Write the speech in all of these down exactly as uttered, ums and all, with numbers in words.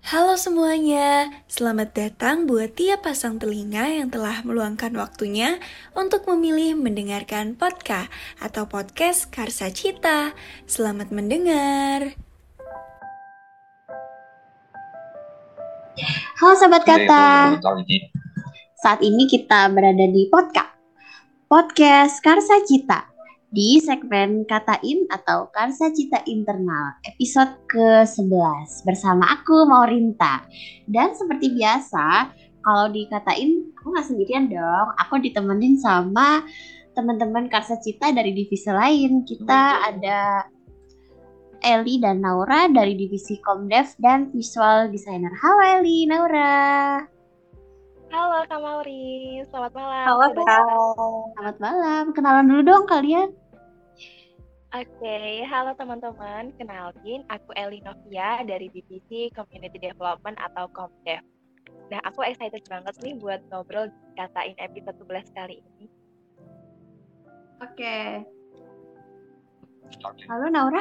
Halo semuanya, selamat datang buat tiap pasang telinga yang telah meluangkan waktunya untuk memilih mendengarkan podcast atau podcast Karsa Cita. Selamat mendengar. Halo Sobat Kata, saat ini kita berada di podcast Podcast Karsa Cita di segmen Katain atau Karsa Cita Internal episode ke sebelas bersama aku Maurinta. Dan seperti biasa, kalau dikatain aku nggak sendirian dong, aku ditemenin sama teman-teman Karsa Cita dari divisi lain. Kita ada Eli dan Naura dari divisi Comdev dan Visual Designer. Halo Eli, Naura. Halo Kak Mauri, selamat malam. Halo Sobat Kak. Kata. Selamat malam. Kenalan dulu dong kalian. Oke, halo teman-teman. Kenalin, aku Eli Novia dari divisi Community Development atau Comdev. Nah, aku excited banget nih buat ngobrol di Katain episode sebelas kali ini. Oke. Halo Naura.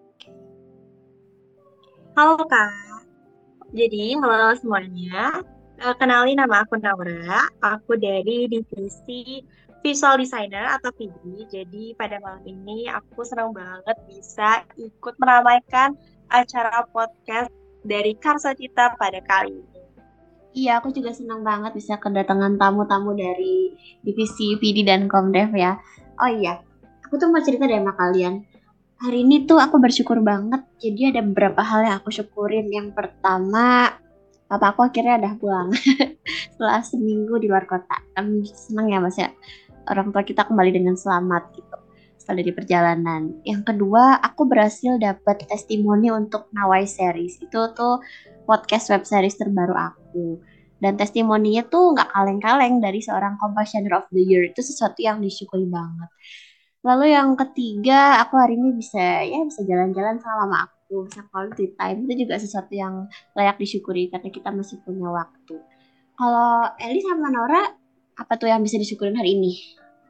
Halo Kak, jadi halo semuanya. Eh, Kenalin nama aku Naura, aku dari divisi Visual Designer atau V D. Jadi pada malam ini aku senang banget bisa ikut meramaikan acara podcast dari Karsa Cita pada kali ini. Iya, aku juga senang banget bisa kedatangan tamu-tamu dari divisi V D dan Comdev ya. Oh iya, aku tuh mau cerita deh sama kalian. Hari ini tuh aku bersyukur banget. Jadi ada beberapa hal yang aku syukurin. Yang pertama, papa aku akhirnya udah pulang setelah seminggu di luar kota. Kami senang ya mas ya, orang tua kita kembali dengan selamat gitu setelah dari perjalanan. Yang kedua, aku berhasil dapat testimoni untuk Nawai Series. Itu tuh podcast web series terbaru aku. Dan testimoninya tuh nggak kaleng-kaleng dari seorang Compassioner of the Year. Itu sesuatu yang disyukuri banget. Lalu yang ketiga, aku hari ini bisa ya bisa jalan-jalan sama mama aku, bisa quality time. Itu juga sesuatu yang layak disyukuri karena kita masih punya waktu. Kalau Eli sama Nora, apa tuh yang bisa disyukurin hari ini?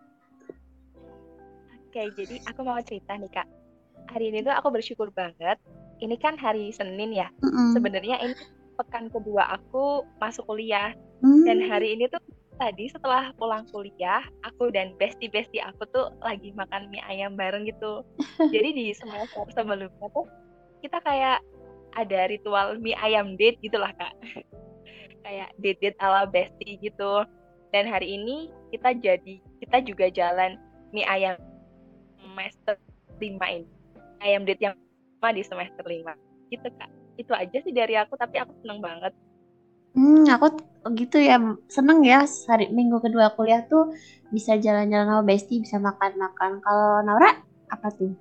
Oke, jadi aku mau cerita nih Kak. Hari ini tuh aku bersyukur banget. Ini kan hari Senin ya. Mm-mm. Sebenarnya ini pekan kedua aku masuk kuliah. Hmm. Dan hari ini tuh tadi setelah pulang kuliah, aku dan bestie-bestie aku tuh lagi makan mie ayam bareng gitu. Jadi di semester sebelumnya tuh kita kayak ada ritual mie ayam date gitu lah Kak. Kayak date-date ala bestie gitu. Dan hari ini kita jadi kita juga jalan mie ayam semester lima ini. Ayam date yang pertama di semester lima. Gitu Kak. Itu aja sih dari aku, tapi aku seneng banget. Hmm, aku gitu ya seneng ya hari minggu kedua kuliah tuh bisa jalan-jalan sama bestie, bisa makan-makan. Kalau Naura apa tuh?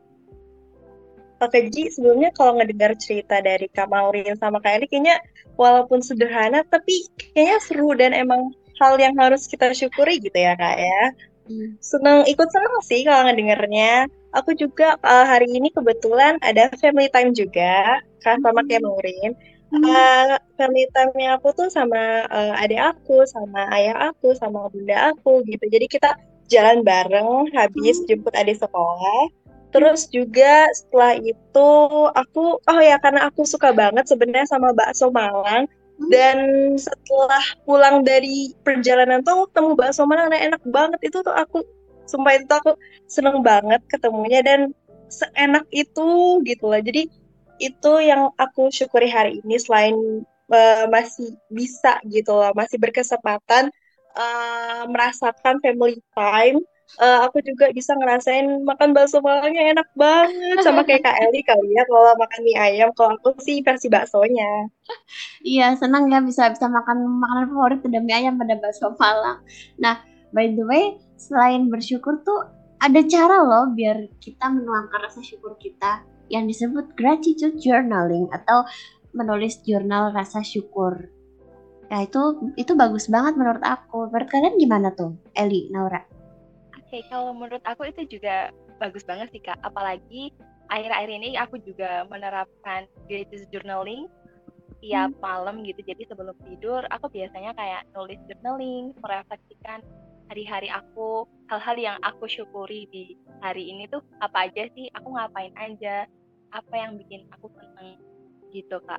Oke, Ji, sebelumnya kalau ngedengar cerita dari Kak Maureen sama Kak Eli, kayaknya walaupun sederhana, tapi kayaknya seru dan emang hal yang harus kita syukuri gitu ya Kak ya. Hmm. Seneng, ikut seneng sih kalau ngedengarnya. Aku juga uh, hari ini kebetulan ada family time juga, kan sama kayak Maureen. Uh, family time-nya aku tuh sama uh, adik aku, sama ayah aku, sama bunda aku gitu. Jadi kita jalan bareng habis jemput adik sekolah. Terus juga setelah itu aku, oh ya karena aku suka banget sebenarnya sama bakso Malang. Dan setelah pulang dari perjalanan tuh aku ketemu bakso Malang yang enak banget. Itu tuh aku, sumpah itu tuh aku seneng banget ketemunya dan seenak itu gitu lah. Jadi itu yang aku syukuri hari ini selain uh, masih bisa gitu loh, masih berkesempatan uh, merasakan family time. Uh, aku juga bisa ngerasain makan bakso Malangnya enak banget sama kayak Kak Eli kali ya kalau makan mie ayam. Kalau aku sih versi baksonya. Iya, senang ya bisa bisa makan makanan favorit ada mie ayam pada bakso Malang. Nah, by the way, selain bersyukur tuh ada cara loh biar kita menuangkan rasa syukur kita yang disebut gratitude journaling atau menulis jurnal rasa syukur. Nah, itu itu bagus banget menurut aku. Menurut kalian gimana tuh, Eli, Naura? Oke, kalau menurut aku itu juga bagus banget sih Kak. Apalagi akhir-akhir ini aku juga menerapkan gratitude journaling tiap malam gitu. Jadi sebelum tidur aku biasanya kayak nulis journaling, merefleksikan hari-hari aku, hal-hal yang aku syukuri di hari ini tuh apa aja sih, aku ngapain aja, apa yang bikin aku seneng gitu Kak.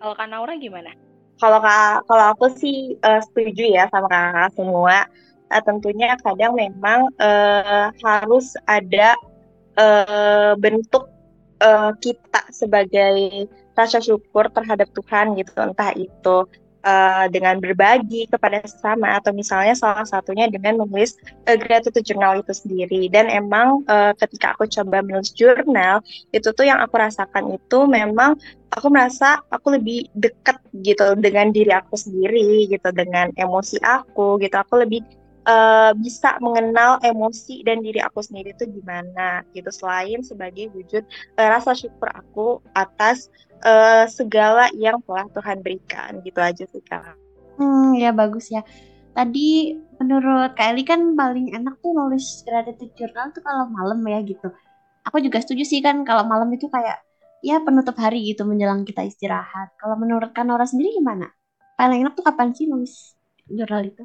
Kalau Kak Naura gimana? Kalau Kak- kalau aku sih eh, setuju ya sama kakak semua. Eh, tentunya kadang memang eh, harus ada eh, bentuk eh, kita sebagai rasa syukur terhadap Tuhan gitu, entah itu eh, dengan berbagi kepada sesama atau misalnya salah satunya dengan menulis eh, gratitude journal itu sendiri. Dan emang eh, ketika aku coba menulis jurnal, itu tuh yang aku rasakan itu memang aku merasa aku lebih dekat gitu dengan diri aku sendiri gitu, dengan emosi aku gitu. Aku lebih eh, bisa mengenal emosi dan diri aku sendiri itu gimana gitu, selain sebagai wujud eh, rasa syukur aku atas eh, segala yang telah Tuhan berikan gitu aja sih Kak. Hmm, ya bagus ya. Tadi menurut Kak Eli kan paling enak tuh nulis gratitude journal tuh kalau malam ya gitu. Aku juga setuju sih kan kalau malam itu kayak ya penutup hari gitu menjelang kita istirahat. Kalau menurut Kak Nora sendiri gimana? Paling enak tuh kapan sih nulis jurnal itu?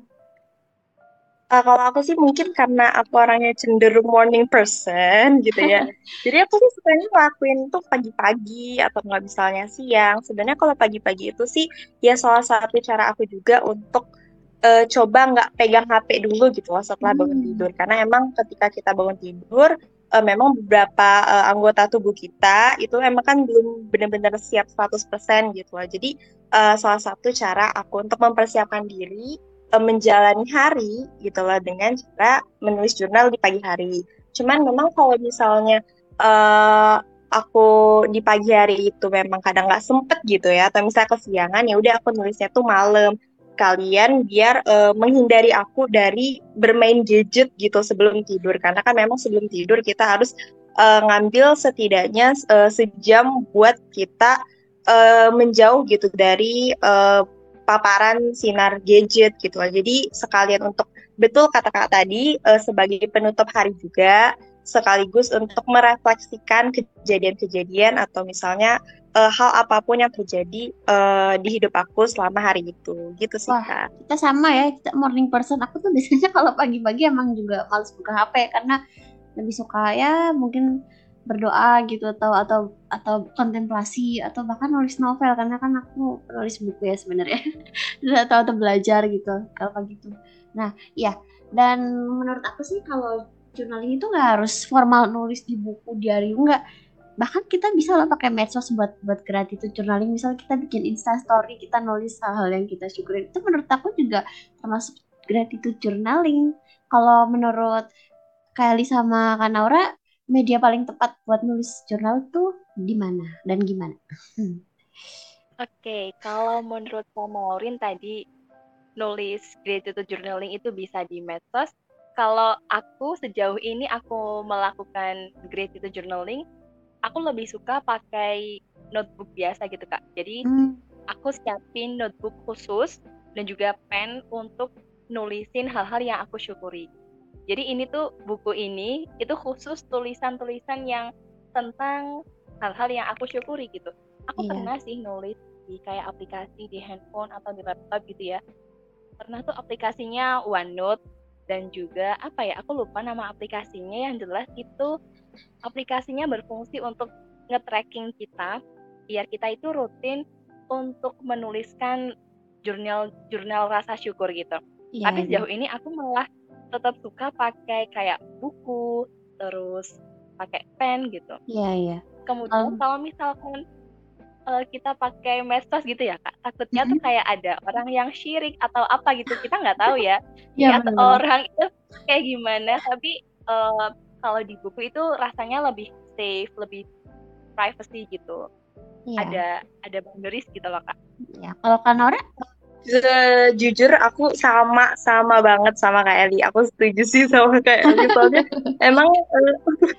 Eh, kalau aku sih mungkin karena aku orangnya cenderung morning person gitu ya. Jadi aku sih sukanya ngelakuin tuh pagi-pagi atau nggak misalnya siang. Sebenarnya kalau pagi-pagi itu sih ya salah satu cara aku juga untuk eh, coba nggak pegang H P dulu gitu loh setelah bangun Hmm, tidur. Karena emang ketika kita bangun tidur, eh, memang beberapa eh, anggota tubuh kita itu emang kan belum benar-benar siap seratus persen gitu loh. Jadi eh, salah satu cara aku untuk mempersiapkan diri eh, menjalani hari gitu loh dengan cara menulis jurnal di pagi hari. Cuman memang kalau misalnya eh, aku di pagi hari itu memang kadang nggak sempet gitu ya, atau misalnya kesiangan ya udah aku nulisnya tuh malam kalian biar eh, menghindari aku dari bermain gadget gitu sebelum tidur, karena kan memang sebelum tidur kita harus eh, ngambil setidaknya eh, sejam buat kita eh, menjauh gitu dari eh, paparan sinar gadget gitu loh. Jadi sekalian untuk betul kata Kak tadi eh, sebagai penutup hari juga, sekaligus untuk merefleksikan kejadian-kejadian atau misalnya eh, hal apapun yang terjadi eh, di hidup aku selama hari itu gitu sih wah, Kak. kita sama ya, kita morning person. Aku tuh biasanya kalau pagi-pagi emang juga males buka H P karena lebih suka ya mungkin berdoa gitu atau atau atau kontemplasi atau bahkan nulis novel karena kan aku nulis buku ya sebenarnya atau atau belajar gitu kalau pagi itu. Nah, iya. Dan menurut aku sih kalau journaling itu nggak harus formal nulis di buku diary enggak. Bahkan kita bisa loh pakai medsos buat buat gratitude journaling. Misal kita bikin Insta story, kita nulis hal-hal yang kita syukurin. Itu menurut aku juga termasuk gratitude journaling. Kalau menurut Kylie sama Kak Naura, media paling tepat buat nulis jurnal tuh di mana dan gimana? Hmm. Oke, kalau menurut Kak Maureen tadi nulis gratitude journaling itu bisa di medsos. Kalau aku sejauh ini aku melakukan gratitude journaling, aku lebih suka pakai notebook biasa gitu Kak. Jadi Hmm, aku siapin notebook khusus dan juga pen untuk nulisin hal-hal yang aku syukuri. Jadi ini tuh buku ini itu khusus tulisan-tulisan yang tentang hal-hal yang aku syukuri gitu. Aku iya. pernah sih nulis di kayak aplikasi di handphone atau di laptop gitu ya. Pernah tuh aplikasinya OneNote dan juga apa ya, aku lupa nama aplikasinya, yang jelas itu aplikasinya berfungsi untuk nge-tracking kita biar kita itu rutin untuk menuliskan jurnal jurnal rasa syukur gitu. Iya, Tapi iya. sejauh ini aku malah tetap suka pakai kayak buku, terus pakai pen gitu. Iya, iya. Kemudian Um, kalau misalkan eh, kita pakai medsos gitu ya Kak, takutnya tuh mm-mm. kayak ada orang yang syirik atau apa gitu, kita nggak tahu ya Iya, niat benar-benar. orang itu kayak gimana. Tapi eh, kalau di buku itu rasanya lebih safe, lebih privacy gitu, Iya, ada ada boundaries gitu loh Kak. iya. Kalau Kak Naura, Ju- Jujur aku sama sama banget sama Kak Eli. Aku setuju sih sama Kak Eli soalnya emang eh,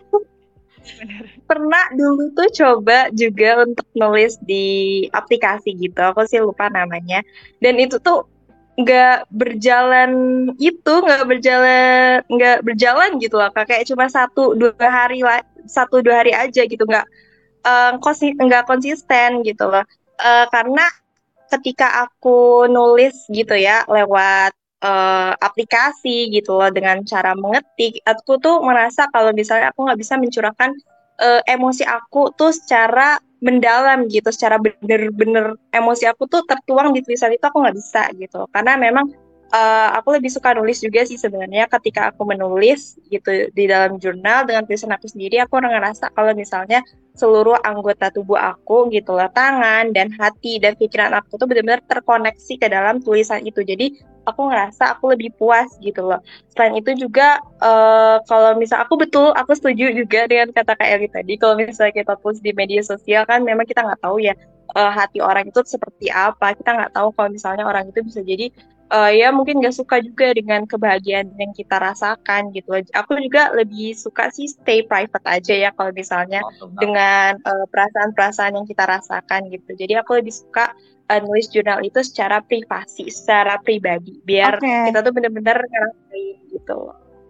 Bener. pernah dulu tuh coba juga untuk nulis di aplikasi gitu. Aku sih lupa namanya. Dan itu tuh nggak berjalan itu nggak berjalan nggak berjalan gitu loh Kak. Kayak cuma satu dua hari lah satu dua hari aja gitu, nggak eh, konsi- nggak konsisten gitu loh. Eh, karena ketika aku nulis gitu ya lewat eh, aplikasi gitu loh dengan cara mengetik, aku tuh merasa kalau misalnya aku nggak bisa mencurahkan uh, emosi aku tuh secara mendalam gitu, secara bener-bener emosi aku tuh tertuang di tulisan itu aku nggak bisa gitu, karena memang uh, aku lebih suka nulis juga sih sebenarnya. Ketika aku menulis gitu di dalam jurnal dengan tulisan aku sendiri, aku ngerasa kalau misalnya seluruh anggota tubuh aku gitu loh, tangan dan hati dan pikiran aku tuh benar-benar terkoneksi ke dalam tulisan itu. Jadi aku ngerasa aku lebih puas gitu loh. Selain itu juga uh, kalau misal aku betul aku setuju juga dengan kata Kak Eli tadi, kalau misalnya kita post di media sosial kan memang kita nggak tahu ya uh, hati orang itu seperti apa. Kita nggak tahu kalau misalnya orang itu bisa jadi uh, ya mungkin nggak suka juga dengan kebahagiaan yang kita rasakan gitu. Aku juga lebih suka sih stay private aja ya kalau misalnya dengan uh, perasaan-perasaan yang kita rasakan gitu. Jadi aku lebih suka uh, nulis jurnal itu secara privasi, secara pribadi, biar Oke. kita tuh bener-bener ngerasain gitu.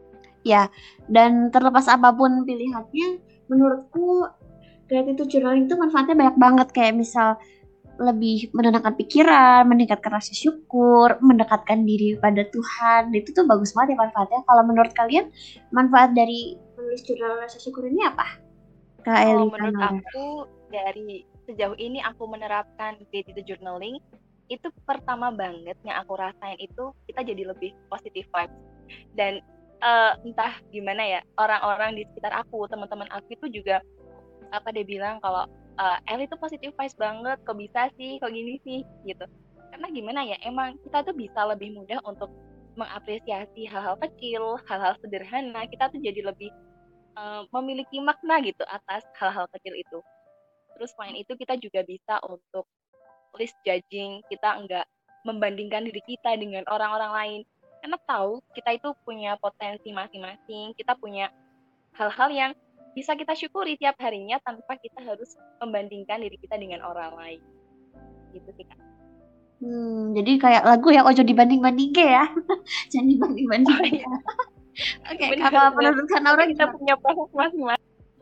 Ya, dan terlepas apapun pilihannya, menurutku gratitude journaling itu manfaatnya banyak banget. Kayak misal lebih menenangkan pikiran, meningkatkan rasa syukur, mendekatkan diri pada Tuhan. Itu tuh bagus banget ya manfaatnya. Kalau menurut kalian, manfaat dari menulis jurnal rasa syukur ini apa? Kak Eli, Kalau menurut Kanora. aku dari sejauh ini aku menerapkan gratitude journaling, itu pertama banget yang aku rasain itu kita jadi lebih positive vibes. Dan uh, entah gimana ya, orang-orang di sekitar aku, teman-teman aku itu juga apa dia bilang kalau uh, Eli tuh positive vibes banget, kok bisa sih, kok gini sih gitu. Karena gimana ya, emang kita tuh bisa lebih mudah untuk mengapresiasi hal-hal kecil, hal-hal sederhana. Kita tuh jadi lebih uh, memiliki makna gitu atas hal-hal kecil itu. Terus selain itu kita juga bisa untuk list judging, kita enggak membandingkan diri kita dengan orang-orang lain. Karena tahu kita itu punya potensi masing-masing, kita punya hal-hal yang bisa kita syukuri tiap harinya tanpa kita harus membandingkan diri kita dengan orang lain. Gitu sih Kak. Hmm, jadi kayak lagu yang ojo dibanding-banding ya. Jangan dibanding-banding. Oh, iya. Oke, okay, kalau menurut Kanora kita punya proses masing-masing.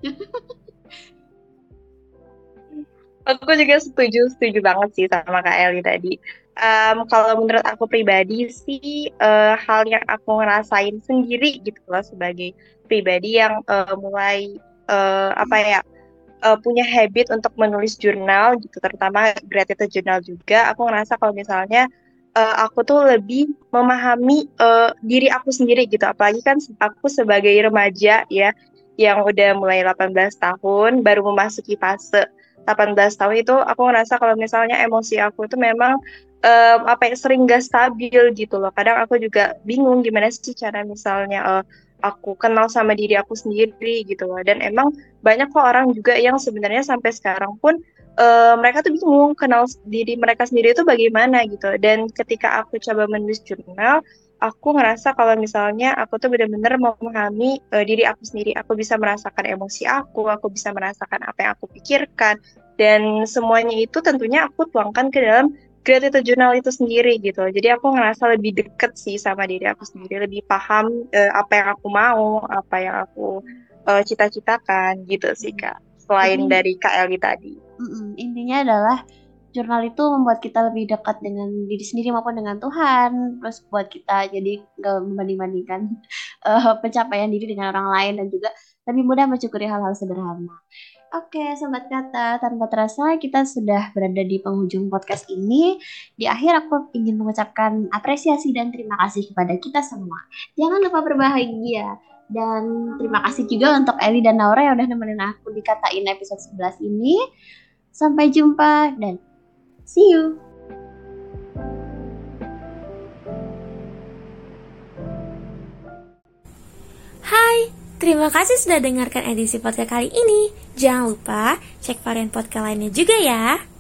Aku juga setuju, setuju banget sih sama Kak Eli tadi. Um, kalau menurut aku pribadi sih, uh, hal yang aku ngerasain sendiri gitu loh sebagai pribadi yang uh, mulai uh, apa ya uh, punya habit untuk menulis jurnal gitu, terutama gratitude journal juga. Aku ngerasa kalau misalnya uh, aku tuh lebih memahami uh, diri aku sendiri gitu, apalagi kan aku sebagai remaja ya yang udah mulai delapan belas tahun, baru memasuki fase delapan belas tahun itu aku ngerasa kalau misalnya emosi aku itu memang um, apa ya sering gak stabil gitu loh. Kadang aku juga bingung gimana sih cara misalnya uh, aku kenal sama diri aku sendiri gitu loh. Dan emang banyak kok orang juga yang sebenarnya sampai sekarang pun uh, mereka tuh bingung kenal diri mereka sendiri itu bagaimana gitu. Dan ketika aku coba menulis jurnal, aku ngerasa kalau misalnya aku tuh benar-benar memahami uh, diri aku sendiri. Aku bisa merasakan emosi aku, aku bisa merasakan apa yang aku pikirkan, dan semuanya itu tentunya aku tuangkan ke dalam gratitude journal itu sendiri gitu. Jadi aku ngerasa lebih deket sih sama diri aku sendiri, lebih paham uh, apa yang aku mau, apa yang aku uh, cita-citakan gitu sih Kak. Selain Jadi, dari Kak Eli tadi. Intinya adalah jurnal itu membuat kita lebih dekat dengan diri sendiri maupun dengan Tuhan. Terus buat kita jadi gak membanding-bandingkan uh, pencapaian diri dengan orang lain, dan juga lebih mudah mensyukuri hal-hal sederhana. Oke, Sobat Kata, tanpa terasa kita sudah berada di penghujung podcast ini. Di akhir aku ingin mengucapkan apresiasi dan terima kasih kepada kita semua. Jangan lupa berbahagia. Dan terima kasih juga untuk Eli dan Naura yang udah nemenin aku di Katain episode sebelas ini. Sampai jumpa dan see you. Hai, terima kasih sudah dengarkan edisi podcast kali ini. Jangan lupa cek varian podcast lainnya juga ya.